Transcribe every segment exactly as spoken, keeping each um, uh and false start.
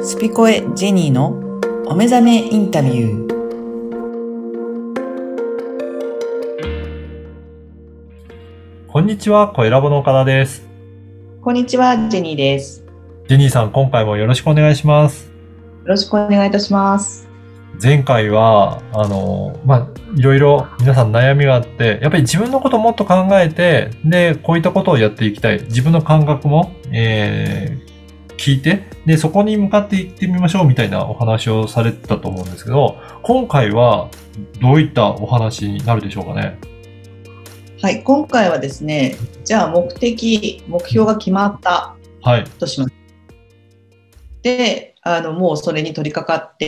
スピコエジェニーのお目覚めインタビュー。 こんにちは、声ラボの岡田です。 こんにちは、ジェニーです。 ジェニーさん、今回もよろしくお願いします。 よろしくお願いいたします。 前回は、あの、まあ、いろいろ皆さん悩みがあって、やっぱり自分のことをもっと考えて、で、こういったことをやっていきたい。自分の感覚も、えー、聞いて、で、そこに向かっていってみましょうみたいなお話をされてたと思うんですけど、今回はどういったお話になるでしょうかね。 はい、今回はですね、じゃあ目的、目標が決まったはい。 とします。で、あの、もうそれに取り掛かって、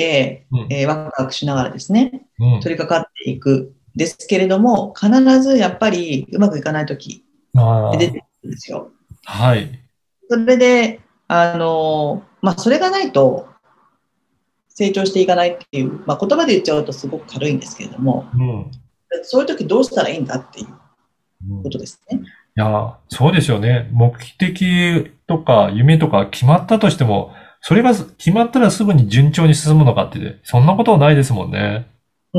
うん。 えーワクワクしながらですね、 うん。 取り掛かっていく。ですけれども、必ずやっぱりうまくいかないときって出あてくるんですよ。 あ、はい。 それで、あの、まあ、それがないと成長していかないっていう、まあ、言葉で言っちゃうとすごく軽いんですけれども、 うん。 そういう時どうしたらいいんだっていううん。 ことですね。 いや、そうですよね。目的とか夢とか決まったとしても、それが決まったらすぐに順調に進むのかって、そんなことはないですもんね。 うん。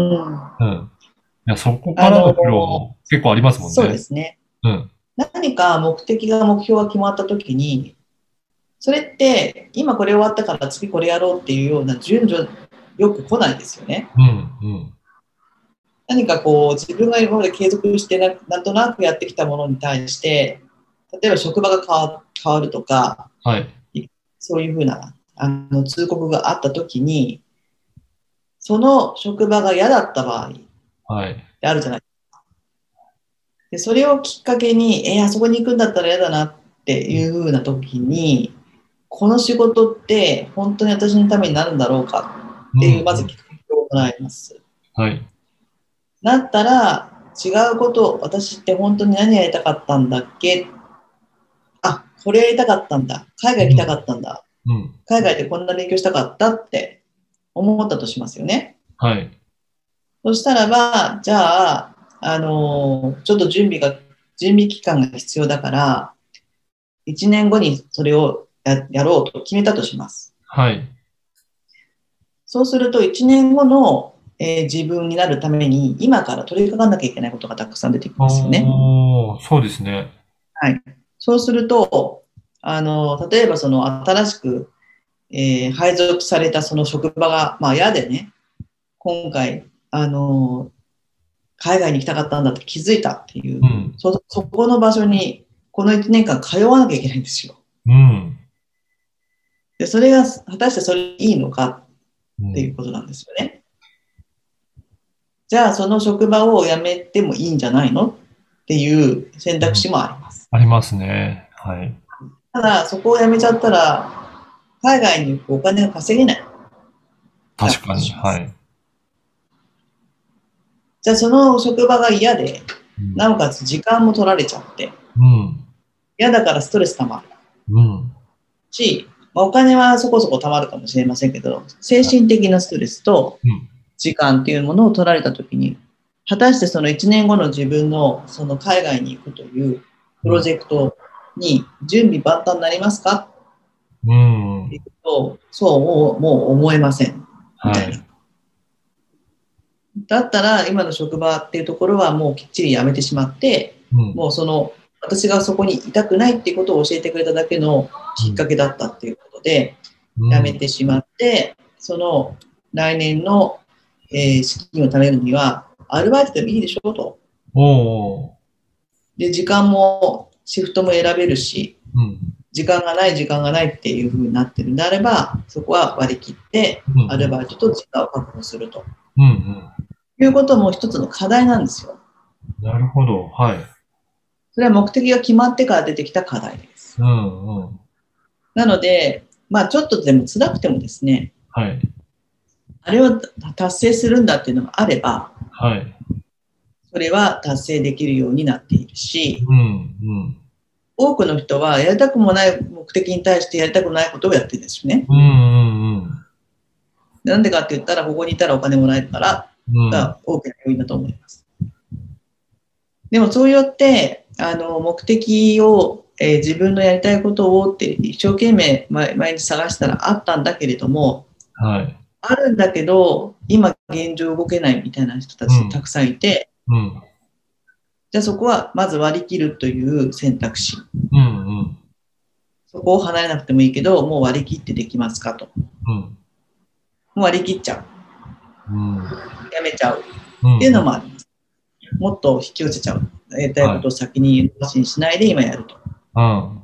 うん。いや、そこかあの、 らの苦労も結構ありますもんそうでね。 すね。 うん。 何か目的が目標が決まった時に、それって今これ終わったから次これやろうっていうような順序よく来ないですよね。 うん。うん。 何かこう自分が今まで継続してな、なんとなくやってきたものに対して、例えば職場が変わ、変わるとか、 はい。 そういうふうなあの通告があった時に、その職場が嫌だった場合っはい。 てあるじゃないで、それをきっかけに、えー、あそこに行くんだったら嫌だなっていう風な時に、この仕事って本当に私のためになるんだろうかうん。 っていう、まうん。 ず聞く必要があります。 はい。 だったら、違うことを、私って本当に何やりたかったんだっけ、あ、これやりたかったんだ。海外行きたかうん。 ったんだ。 うん。 海外でこんな勉強したかったって思ったとしますよね。 はい。 そしたらば、じゃあ、あのーちょっと準備が、準備期間が必要だから、いちねんごにそれを や, やろうと決めたとします。 はい。 そうするといちねんごの、えー自分になるために今から取り掛かんなきゃいけないことがたくさん出てくるんですよね。 おー、そうですね。 はい。そうすると、あの、例えばその新しく、えー配属されたその職場が、まあ嫌でね、今回、あの、海外に行きたかったんだって気づいたっていう、 うん。 そ、そこの場所にこのいちねんかん通わなきゃいけないんですよ。 うん。 で、それが果たしてそれいいのかっていううん。 ことなんですよね。じゃあその職場を辞めてもいいんじゃないのっていう選うん。 択肢もあります。 ありますね。はい。 ただそこを辞めちゃったら海外に行くお金が稼げないだ確かに。 とします。 はい。 じゃあその職場が嫌で、 うん。 なおかつ時間も取られちゃって、 うん。 嫌だからストレス溜まるうん。 し、まあ、お金はそこそこ溜まるかもしれませんけど、精神的なストレスとうん。 時間っていうものを取られたときに、果たしてそのいちねんごの自分のその海外に行くというプロうん。 ジェクトに準備万端になりますかうん。 っていうと、そうもう、もう思えませんみたいな。 はい。 だったら今の職場っていうところはもうきっちり辞めてしまって、 うん。 もうその私がそこにいたくないっていうことを教えてくれただけのうん。 きっかけだったっていうことで、辞めうん。 てしまって、その来年の、えー資金を貯めるには、アルバイトでもいいでしょと。 おー。 で、時間も、シフトも選べるし、 うん。 時間がない、時間がないっていう風になってるんであれば、そこは割り切って、 うん。うん。 アルバイトと時間を確保するとうん。 いうことも一つの課題なんですよ。 なるほど。はい。 それは目的が決まってから出てきた課題です。 うん。うん。 なので、まあちょっとでも辛くてもですね、 はい。 あれを達成するんだっていうのがあれば、 はい。 それは達成できるようになっているし、 うん。うん。 多くの人はやりたくもない目的に対してやりたくないことをやってるんですよね。 うん。うん。 なんでかって言ったら、ここにいたらお金もらえるからうん。 が大きな要因だと思います。でもそうやって、あの、目的をえー自分のやりたいことをって一生懸命毎毎日探したらあったんだけれども、 はい。 あるんだけど、今現状動けないみたいな人たうん。 ちたくさんいて、 うん。 じゃあそこはまず割り切るという選択肢。 うん。 そこを離れなくてもいいけど、もう割り切ってできますかと。 うん。 もう割り切っちゃう。 うん。 やめちゃう。 うん。 っていうのうん。 もあります。もっと引き寄せちゃう。やりたいはい。 ことを先に発信しないで今やると。 うん。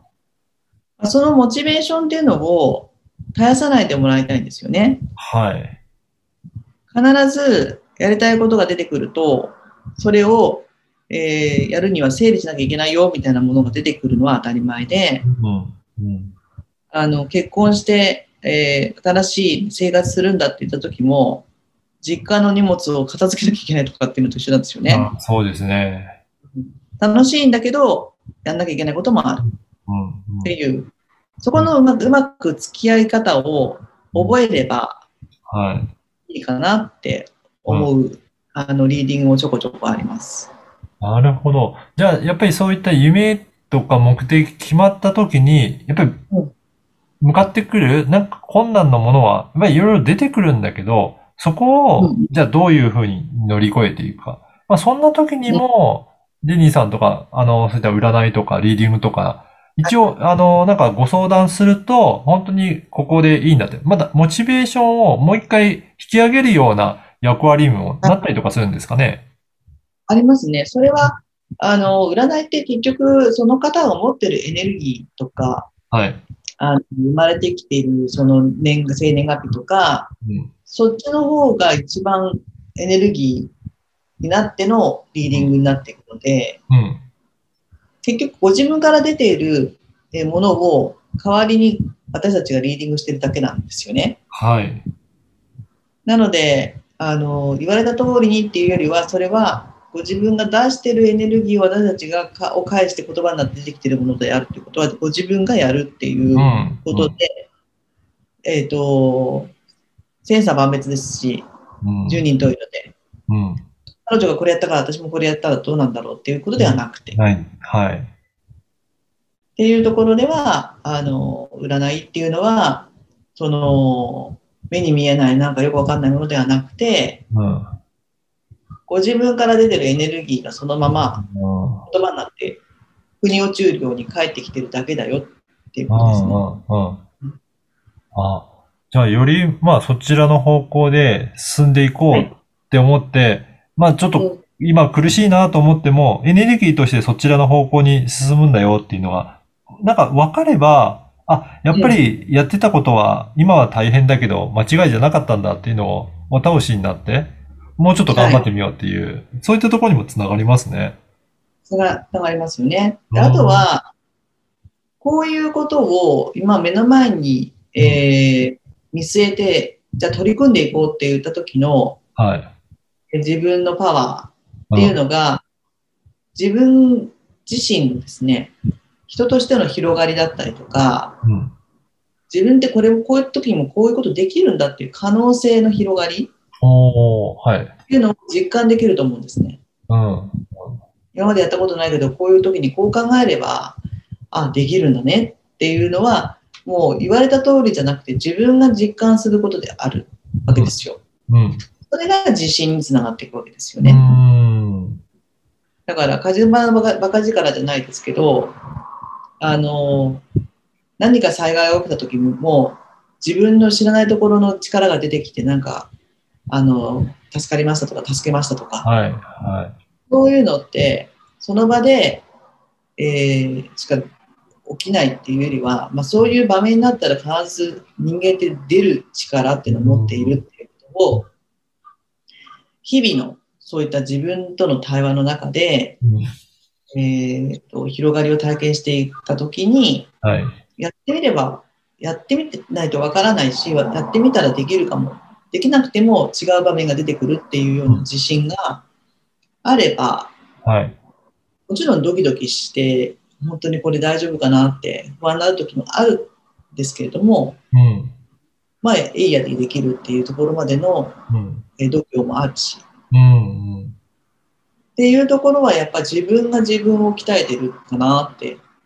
そのモチベーションっていうのを絶やさないでもらいたいんですよね。 はい。 必ずやりたいことが出てくると、それを、えーやるには整理しなきゃいけないよみたいなものが出てくるのは当たり前で、 うん。うん。 あの結婚して、えー新しい生活するんだって言った時も、実家の荷物を片付けなきゃいけないとかっていうのと一緒なんですよね。 あ、そうですね。 楽しいんだけど、やんなきゃいけないこともあるっうん。うん。 ていう、そうん。 このうまくうまく付き合い方をうん。 覚えればはい。 いいかなってうん。 思う、あの、リーディングもちょこちょこあります。 なるほど。じゃあ、やっぱりそういった夢とか目的決まった時に、やっぱりうん、 向かってくる、なんか困難なものは、やっぱりいろいろ出てくるんだけど、そこを、 うん、 じゃあどういうふうに乗り越えていくか。まあ、そんな時にうん、 も、デニーさんとか、あの、そういった占いとか、リーディングとか、一応、あの、なんかご相談すると、本当にここでいいんだって。まだ、モチベーションをもう一回引き上げるような役割にもなったりとかするんですかね。 ありますね。それは、あの、占いって結局、その方が持ってるエネルギーとか、 はい。 あの生まれてきているその年、生年月日とか、 うん。 そっちの方が一番エネルギーになってのリーディングになっていくので、 うん。 結局ご自分から出ているものを代わりに私たちがリーディングしてるだけなんですよね。 はい。 なので、あの、言われた通りにっていうよりは、それはご自分が出しているエネルギーを私たちがかを介して言葉になって出てきているものであるということは、ご自分がやるっていううん。うん。 ことで、えっ、と、千差万別ですし、 うん。 十人十色で、 うん。 彼女がこれやったから私もこれやったらどうなんだろうっていうことではうん。 なくて、っはい。はい。 ていうところでは、あの、占いっていうのは、その、目に見えないなんかよくわかんないものではなくて、 うん。 ご自分から出てるエネルギーがそのまま言葉になって、腑に落ちるように返ってきてるだけだよっていううん。 ことですね。 うん。うん。あ、じゃあより、まあそちらの方向で進んでいこうっはい。 て思って、まあちょっとうん、 今苦しいなと思っても、エネルギーとしてそちらの方向に進むんだよっていうのが、なんか分かれば、あ、やっぱうん、 りやってたことは今は大変だけど間違いじゃなかったんだっていうのをお倒しになって、もうちょっと頑はい。 張ってみようっていう、そういったところにもつながりますね。 それがつながりますよね。で、あとうん。 は、こういうことを今目の前に、 うん。 えー見据えて、じゃあ取り組んでいこうって言った時のはい。 自分のパワーっていううん。 のが、自分自身のですね、人としての広がりだったりとか、 うん。 自分ってこれをこういう時にもこういうことできるんだっていう可能性の広がりおー、はい。 っていうのを実感できると思うんですね。 うん。 今までやったことないけど、こういう時にこう考えれば、あ、できるんだねっていうのは、もう言われた通りじゃなくて自分が実感することであるわけですよ。 うん。 それが自信につながっていくわけですようね。 ん。 だから、カジマバカバカ力じゃないですけど、あの、何か災害が起きた時も、自分の知らないところの力が出てきて、なんか、あの、助かりましたとか、助けましたとか、 はい。はい。 そういうのって、その場で、えーしか起きないっていうよりは、まあ、そういう場面になったら必ず人間って出る力っていうのを持っているっていうことを、日々のそういった自分との対話の中で、 うん。 えーと、広がりを体験していったときに、 はい。 やってみれば、やってみてないとわからないし、やってみたらできるかも。できなくても違う場面が出てくるっていうよううん。 な自信があれば、 はい。 もちろんドキドキして、本当にこれ大丈夫かなって不安になる時もあるんですけれども、 うん。 まあ、エイヤでできるっていうところまでのうん。 度胸もあるし、 うん。うん。 っていうところはやっぱ自分が自分を鍛えてるかなって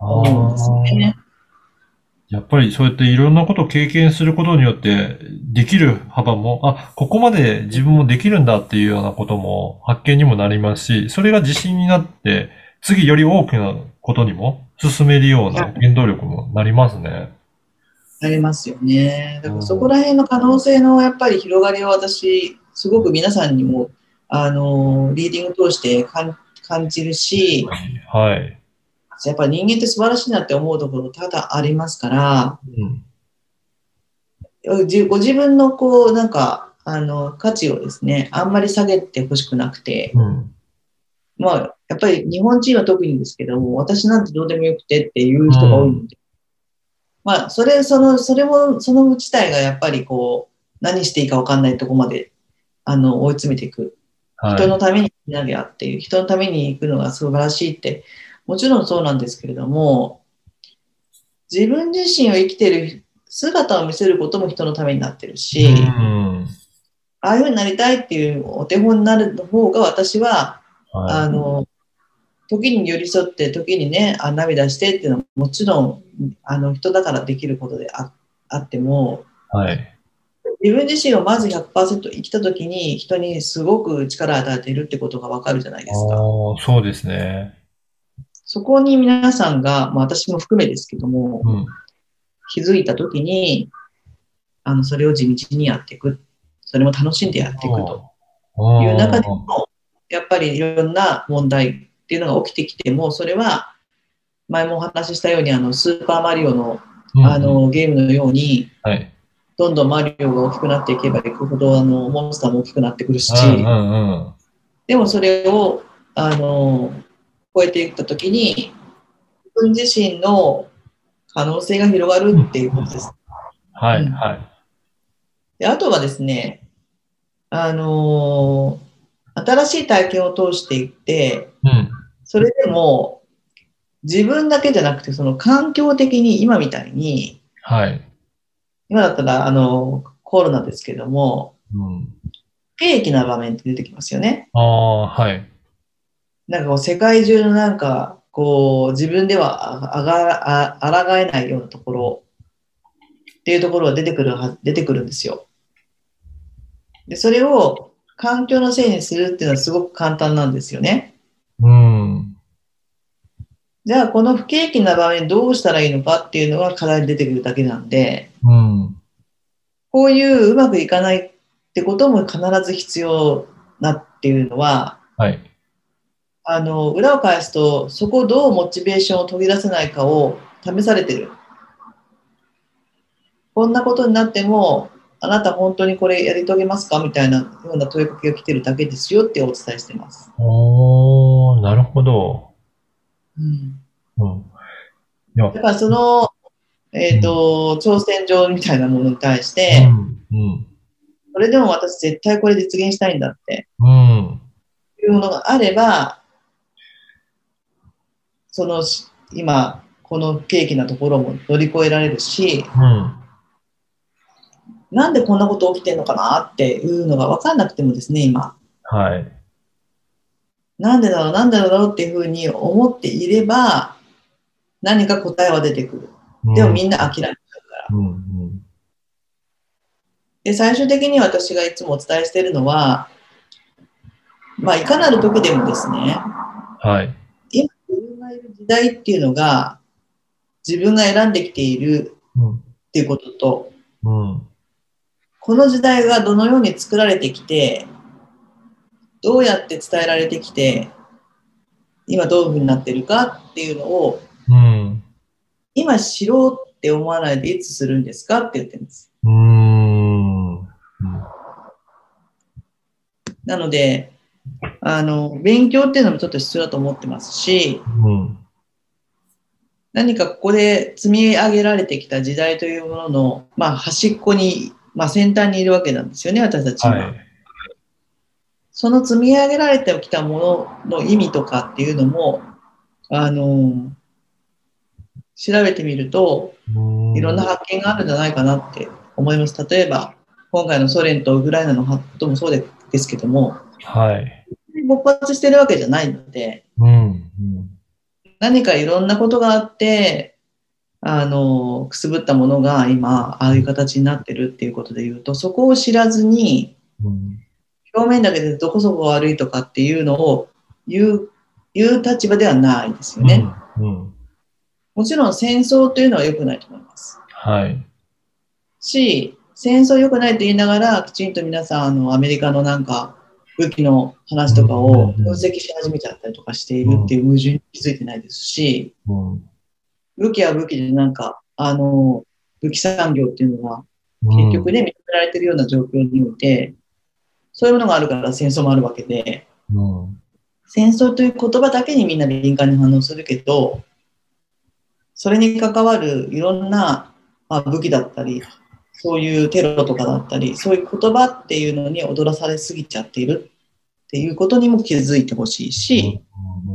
思うんですね。 ああ。やっぱりそうやっていろんなことを経験することによって、できる幅も、あ、ここまで自分もできるんだっていうようなことも発見にもなりますし、それが自信になって、次より多くのことにも進めるような原動力もなりますね。 ありますよね。だからそこうん。 ら辺の可能性のやっぱり広がりを私、すごく皆さんにも、あの、リーディング通して感感じるし、 はい。 やっぱり人間って素晴らしいなって思うところ多々ありますから、 うん。 じご自分のこう、なんか、あの、価値をですね、あんまり下げてほしくなくて、 うん。 まあ、やっぱり日本人は特にですけども、私なんてどうでもよくてっていうう人が多いん。 ので、まあ、それ、その、それも、その自体がやっぱりこう、何していいか分かんないところまで、あの、追い詰めていく。 はい。 人のために生きなきゃっていう、人のために行くのが素晴らしいって、もちろんそうなんですけれども、自分自身を生きてる姿を見せることも人のためになってるうし、 ん。 ああいうふうになりたいっていうお手本になる方が私は、 はい。 あの、時に寄り添って、時にね、あ、涙してっていうのはもちろん、あの、人だからできることでああっても、 はい。 自分自身をまずひゃくパーセント生きた時に人にすごく力を与えているってことがわかるじゃないあですか。 あ、そうですね。 そこに皆さんが、まあ、私も含めですけども、 うん。 気づいた時に、あの、それを地道にやっていく。それも楽しんでやっていくとあいう中であ。 も、やっぱりいろんな問題っていうのが起きてきても、それは前もお話ししたように、あの、スーパーマリオの、 うんうん。 あの、ゲームのように、 はい。 どんどんマリオが大きくなっていけばいくほど、あの、モンスターも大きくなってくるうんうし、 んうん。 でもそれを、あの、超えていったときに、自分自身の可能性が広がうんうん。 るっていうことです。 はい、 うん。 はい。 で、あとはですね、あの、新しい体験を通していって、 うん。 それでも自分だけじゃなくて、その環境的に今みたいに、 はい。 今だったら、あの、コロナですけども、 うん。 不景気な場面って出てきますよね。 ああ、はい。 なんかこう世界中のなんか、こう自分ではああがあ抗えないようなところっていうところが出てくるは出てくるんですよ。で、それを環境のせいにするっていうのはすごく簡単なんですよね。 うん。 じゃあこの不景気な場面どうしたらいいのかっていうのが課題に出てくるだけなんで、 うん。 こういううまくいかないってことも必ず必要なっていうのは、 はい。 あの、裏を返すと、そこをどうモチベーションを途切らせないかを試されてる。こんなことになっても、あなた本当にこれやり遂げますかみたいなような問いかけが来てるだけですよってお伝えしてます。 おー、なるほど。 うん、 うん。いや、 だからその、えっ、 うん。 と、挑戦状みたいなものに対して、 うん。うん。 それでも私絶対これ実現したいんだってうん。 いうものがあれば、その今、この不景気なところも乗り越えられるし、 うん。 なんでこんなこと起きてるのかなっていうのが分かんなくてもですね、今。 はい。 なんでだろう、なんでだろうっていうふうに思っていれば、何か答えは出てくる。 うん。 でもみんな諦めちゃうから。 うん。うん。 で、最終的に私がいつもお伝えしているのは、まあ、いかなる時でもですね、 はい。 今自分がいる時代っていうのが、自分が選んできているうん。 っていうことと、 うん。 この時代がどのように作られてきて、どうやって伝えられてきて、今どういうふうになってるかっていうのを、 うん。 今知ろうって思わないでいつするんですかって言ってるんです。 うん。うん。 なので、あの、勉強っていうのもちょっと必要だと思ってますし、 うん。 何かここで積み上げられてきた時代というものの、まあ、端っこに、まあ、先端にいるわけなんですよね、私たち今。 はい。 その積み上げられてきたものの意味とかっていうのも、あの、調べてみると、 うん。 いろんな発見があるんじゃないかなって思います。例えば、今回のソ連とウクライナのこともそうですけども、 はい。 勃発してるわけじゃないので、 うん。うん。 何かいろんなことがあって、あの、くすぶったものが今、ああいう形になってるっていうことで言うと、そこを知らずに、 うん。 表面だけでどこそこが悪いとかっていうのを言う、言う立場ではないですよね。 うん。うん。 もちろん戦争というのは良くないと思います。 はい。 し、戦争良くないと言いながら、きちんと皆さん、あの、アメリカのなんか、武器の話とかを分析し始めちゃったりとかしているっていう矛盾に気づいてないですし、 うん。 武器は武器でなんか、あの、武器産業っていうのが結うん。 局ね、認められているような状況において、そういうものがあるから戦争もあるわけで、 うん。 戦争という言葉だけにみんな敏感に反応するけど、それに関わるいろんな、まあ、武器だったり、そういうテロとかだったり、そういう言葉っていうのに踊らされすぎちゃっているっていうことにも気づいてほしいし、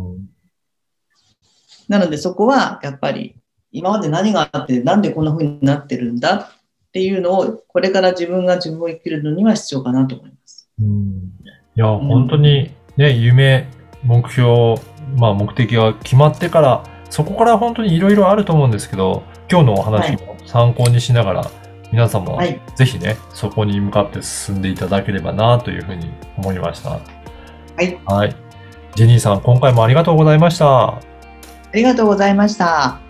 なのでそこはやっぱり今まで何があってなんでこんな風になってるんだっていうのをこれから自分が自分を生きるのには必要かなと思います。 うん。いや、 うん、 本当にね、夢、目標、まあ目的が決まってから、そこから本当にいろいろあると思うんですけど、今日のおはい。 話も参考にしながら、皆さんもはい。 ぜひね、そこに向かって進んでいただければなというふうに思いました。 はい。 はい。ジェニーさん、今回もありがとうございました。 ありがとうございました。